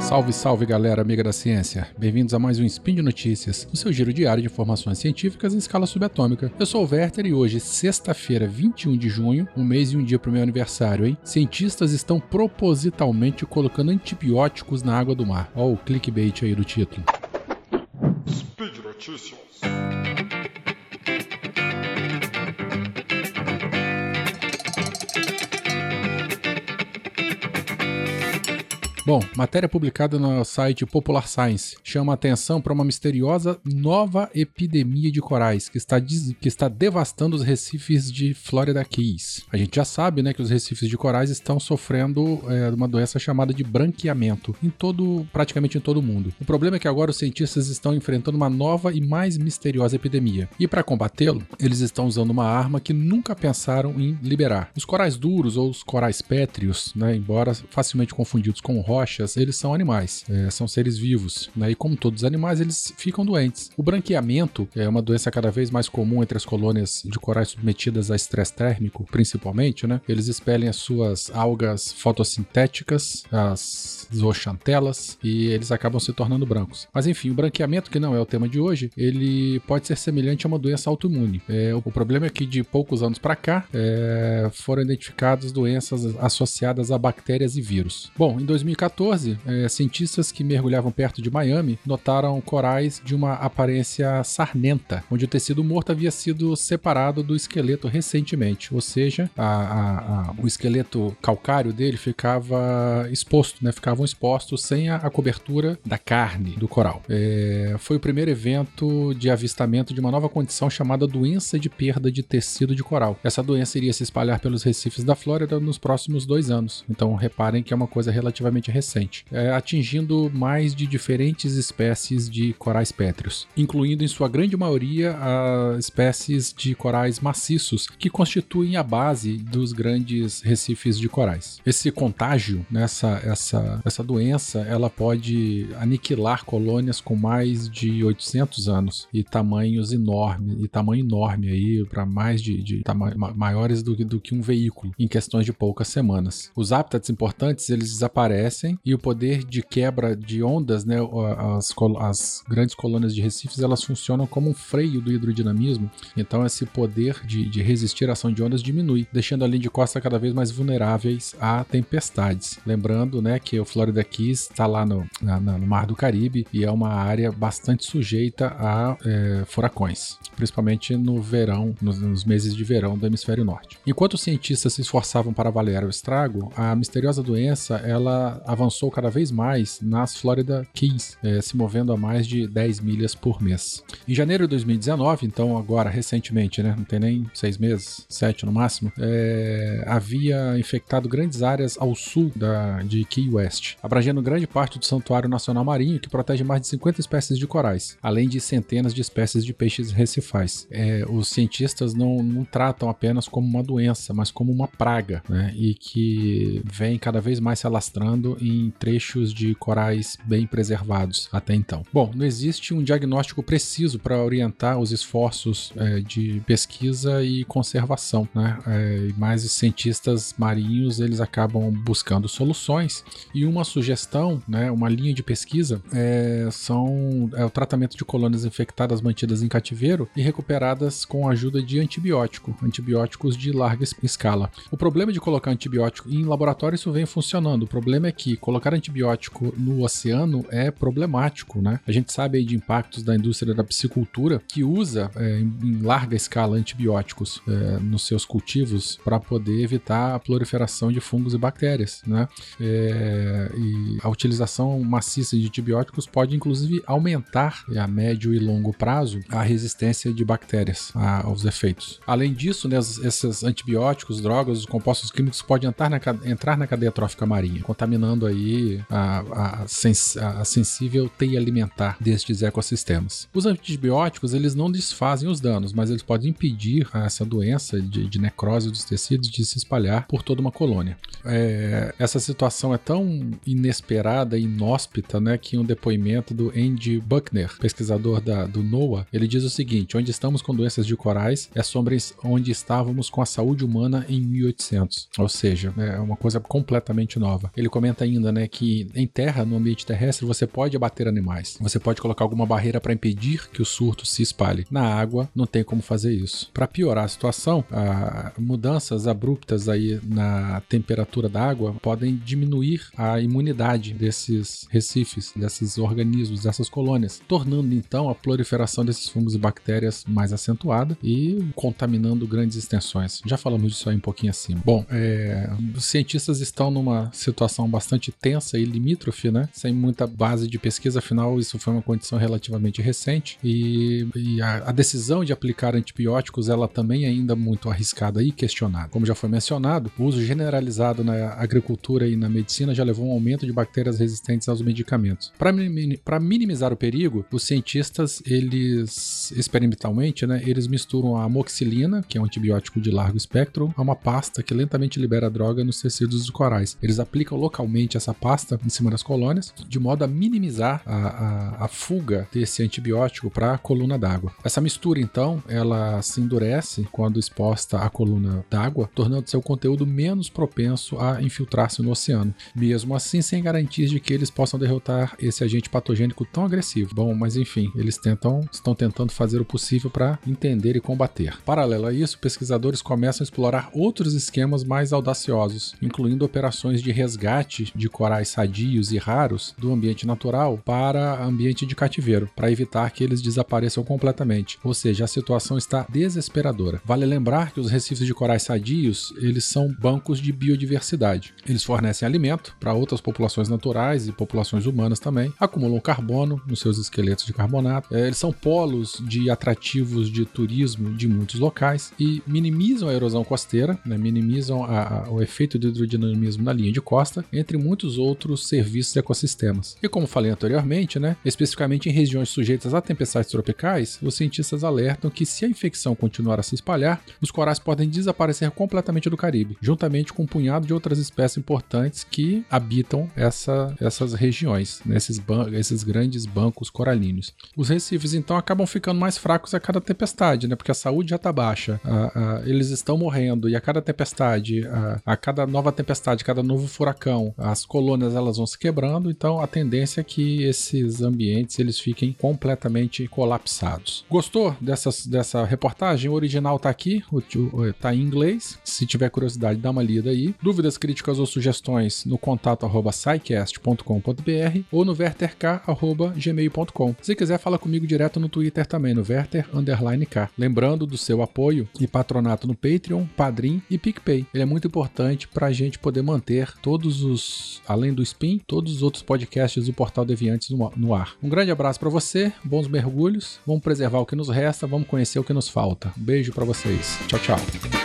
Salve, salve galera amiga da ciência, bem-vindos a mais um Spin de Notícias, o seu giro diário de informações científicas em escala subatômica. Eu sou o Werther e hoje, sexta-feira, 21 de junho, um mês e um dia pro meu aniversário, hein? Cientistas estão propositalmente colocando antibióticos na água do mar. Ó o clickbait aí do título. Speed Notícias. Bom, matéria publicada no site Popular Science chama a atenção para uma misteriosa nova epidemia de corais que está devastando os recifes de Florida Keys. A gente já sabe, né, que os recifes de corais estão sofrendo uma doença chamada de branqueamento praticamente em todo o mundo. O problema é que agora os cientistas estão enfrentando uma nova e mais misteriosa epidemia. E para combatê-lo, eles estão usando uma arma que nunca pensaram em liberar. Os corais duros ou os corais pétreos, né, embora facilmente confundidos com rochas, eles são animais, são seres vivos, né? E como todos os animais, eles ficam doentes. O branqueamento é uma doença cada vez mais comum entre as colônias de corais submetidas a estresse térmico, principalmente, né? Eles expelem as suas algas fotossintéticas, as zooxantelas, e eles acabam se tornando brancos. Mas enfim, o branqueamento, que não é o tema de hoje, ele pode ser semelhante a uma doença autoimune. O problema é que de poucos anos para cá foram identificadas doenças associadas a bactérias e vírus. Bom, em 2014, cientistas que mergulhavam perto de Miami notaram corais de uma aparência sarnenta, onde o tecido morto havia sido separado do esqueleto recentemente, ou seja, o esqueleto calcário dele ficava exposto, né? Ficavam expostos sem a cobertura da carne do coral. Foi o primeiro evento de avistamento de uma nova condição chamada doença de perda de tecido de coral. Essa doença iria se espalhar pelos recifes da Flórida nos próximos 2 anos, então reparem que é uma coisa relativamente recente, atingindo mais de diferentes espécies de corais pétreos, incluindo em sua grande maioria as espécies de corais maciços que constituem a base dos grandes recifes de corais. Esse contágio, essa doença, ela pode aniquilar colônias com mais de 800 anos e tamanho enorme aí para mais maiores do que um veículo em questões de poucas semanas. Os hábitats importantes, eles desaparecem e o poder de quebra de ondas, né, as grandes colônias de recifes, elas funcionam como um freio do hidrodinamismo, então esse poder de resistir à ação de ondas diminui, deixando a linha de costa cada vez mais vulneráveis a tempestades. Lembrando, né, que o Florida Keys está lá no Mar do Caribe e é uma área bastante sujeita a furacões, principalmente no verão, nos meses de verão do hemisfério norte. Enquanto os cientistas se esforçavam para avaliar o estrago, a misteriosa doença, ela avançou cada vez mais nas Florida Keys, se movendo a mais de 10 milhas por mês. Em janeiro de 2019, então agora recentemente, né, não tem nem 6 meses, 7 no máximo, havia infectado grandes áreas ao sul de Key West, abrangendo grande parte do Santuário Nacional Marinho, que protege mais de 50 espécies de corais, além de centenas de espécies de peixes recifais. Os cientistas não tratam apenas como uma doença, mas como uma praga, né, e que vem cada vez mais se alastrando em trechos de corais bem preservados até então. Bom, não existe um diagnóstico preciso para orientar os esforços de pesquisa e conservação, né? Mas os cientistas marinhos, eles acabam buscando soluções, e uma sugestão, né, uma linha de pesquisa é o tratamento de colônias infectadas mantidas em cativeiro e recuperadas com a ajuda de antibióticos de larga escala. O problema de colocar antibiótico em laboratório, isso vem funcionando. O problema é que colocar antibiótico no oceano é problemático, né? A gente sabe aí de impactos da indústria da piscicultura, que usa em larga escala antibióticos nos seus cultivos para poder evitar a proliferação de fungos e bactérias, né? E a utilização maciça de antibióticos pode inclusive aumentar a médio e longo prazo a resistência de bactérias aos efeitos. Além disso, né, esses antibióticos, drogas, os compostos químicos podem entrar na cadeia trófica marinha, contaminando aí a sensível teia alimentar destes ecossistemas. Os antibióticos, eles não desfazem os danos, mas eles podem impedir essa doença de necrose dos tecidos de se espalhar por toda uma colônia. Essa situação é tão inesperada e inóspita, né, que um depoimento do Andy Buckner, pesquisador do NOAA, ele diz o seguinte: onde estamos com doenças de corais é sobre onde estávamos com a saúde humana em 1800, ou seja, é uma coisa completamente nova. Ele comenta ainda, né, que em terra, no ambiente terrestre, você pode abater animais. Você pode colocar alguma barreira para impedir que o surto se espalhe. Na água, não tem como fazer isso. Para piorar a situação, mudanças abruptas aí na temperatura da água podem diminuir a imunidade desses recifes, desses organismos, dessas colônias, tornando então a proliferação desses fungos e bactérias mais acentuada e contaminando grandes extensões. Já falamos disso aí um pouquinho acima. Bom, os cientistas estão numa situação bastante tensa e limítrofe, né? Sem muita base de pesquisa, afinal isso foi uma condição relativamente recente e a decisão de aplicar antibióticos ela também é ainda muito arriscada e questionada. Como já foi mencionado, o uso generalizado na agricultura e na medicina já levou a um aumento de bactérias resistentes aos medicamentos. Para minimizar o perigo, os cientistas, eles experimentalmente, né, eles misturam a amoxicilina, que é um antibiótico de largo espectro, a uma pasta que lentamente libera a droga nos tecidos dos corais. Eles aplicam localmente essa pasta em cima das colônias, de modo a minimizar a fuga desse antibiótico para a coluna d'água. Essa mistura, então, ela se endurece quando exposta à coluna d'água, tornando seu conteúdo menos propenso a infiltrar-se no oceano, mesmo assim sem garantias de que eles possam derrotar esse agente patogênico tão agressivo. Bom, mas enfim, eles estão tentando fazer o possível para entender e combater. Paralelo a isso, pesquisadores começam a explorar outros esquemas mais audaciosos, incluindo operações de resgate de corais sadios e raros do ambiente natural para ambiente de cativeiro, para evitar que eles desapareçam completamente. Ou seja, a situação está desesperadora. Vale lembrar que os recifes de corais sadios, eles são bancos de biodiversidade. Eles fornecem alimento para outras populações naturais e populações humanas também, acumulam carbono nos seus esqueletos de carbonato, eles são polos de atrativos de turismo de muitos locais e minimizam a erosão costeira, né, minimizam o efeito do hidrodinamismo na linha de costa, entre muitos outros serviços e ecossistemas. E como falei anteriormente, né, especificamente em regiões sujeitas a tempestades tropicais, os cientistas alertam que se a infecção continuar a se espalhar, os corais podem desaparecer completamente do Caribe, juntamente com um punhado de outras espécies importantes que habitam essas regiões, né, esses grandes bancos coralíneos. Os recifes, então, acabam ficando mais fracos a cada tempestade, né, porque a saúde já está baixa, eles estão morrendo e a cada tempestade, a cada nova tempestade, cada novo furacão, as colônias elas vão se quebrando, então a tendência é que esses ambientes eles fiquem completamente colapsados. Gostou dessa reportagem? O original está aqui, está em inglês. Se tiver curiosidade, dá uma lida aí. Dúvidas, críticas ou sugestões no contato@scicast.com.br ou no verterk@gmail.com. Se quiser, fala comigo direto no Twitter também, no Verter_K. Lembrando do seu apoio e patronato no Patreon, Padrim e PicPay. Ele é muito importante para a gente poder manter além do Spin, todos os outros podcasts do Portal Deviantes no ar. Um grande abraço para você, bons mergulhos, vamos preservar o que nos resta, vamos conhecer o que nos falta. Um beijo para vocês. Tchau, tchau.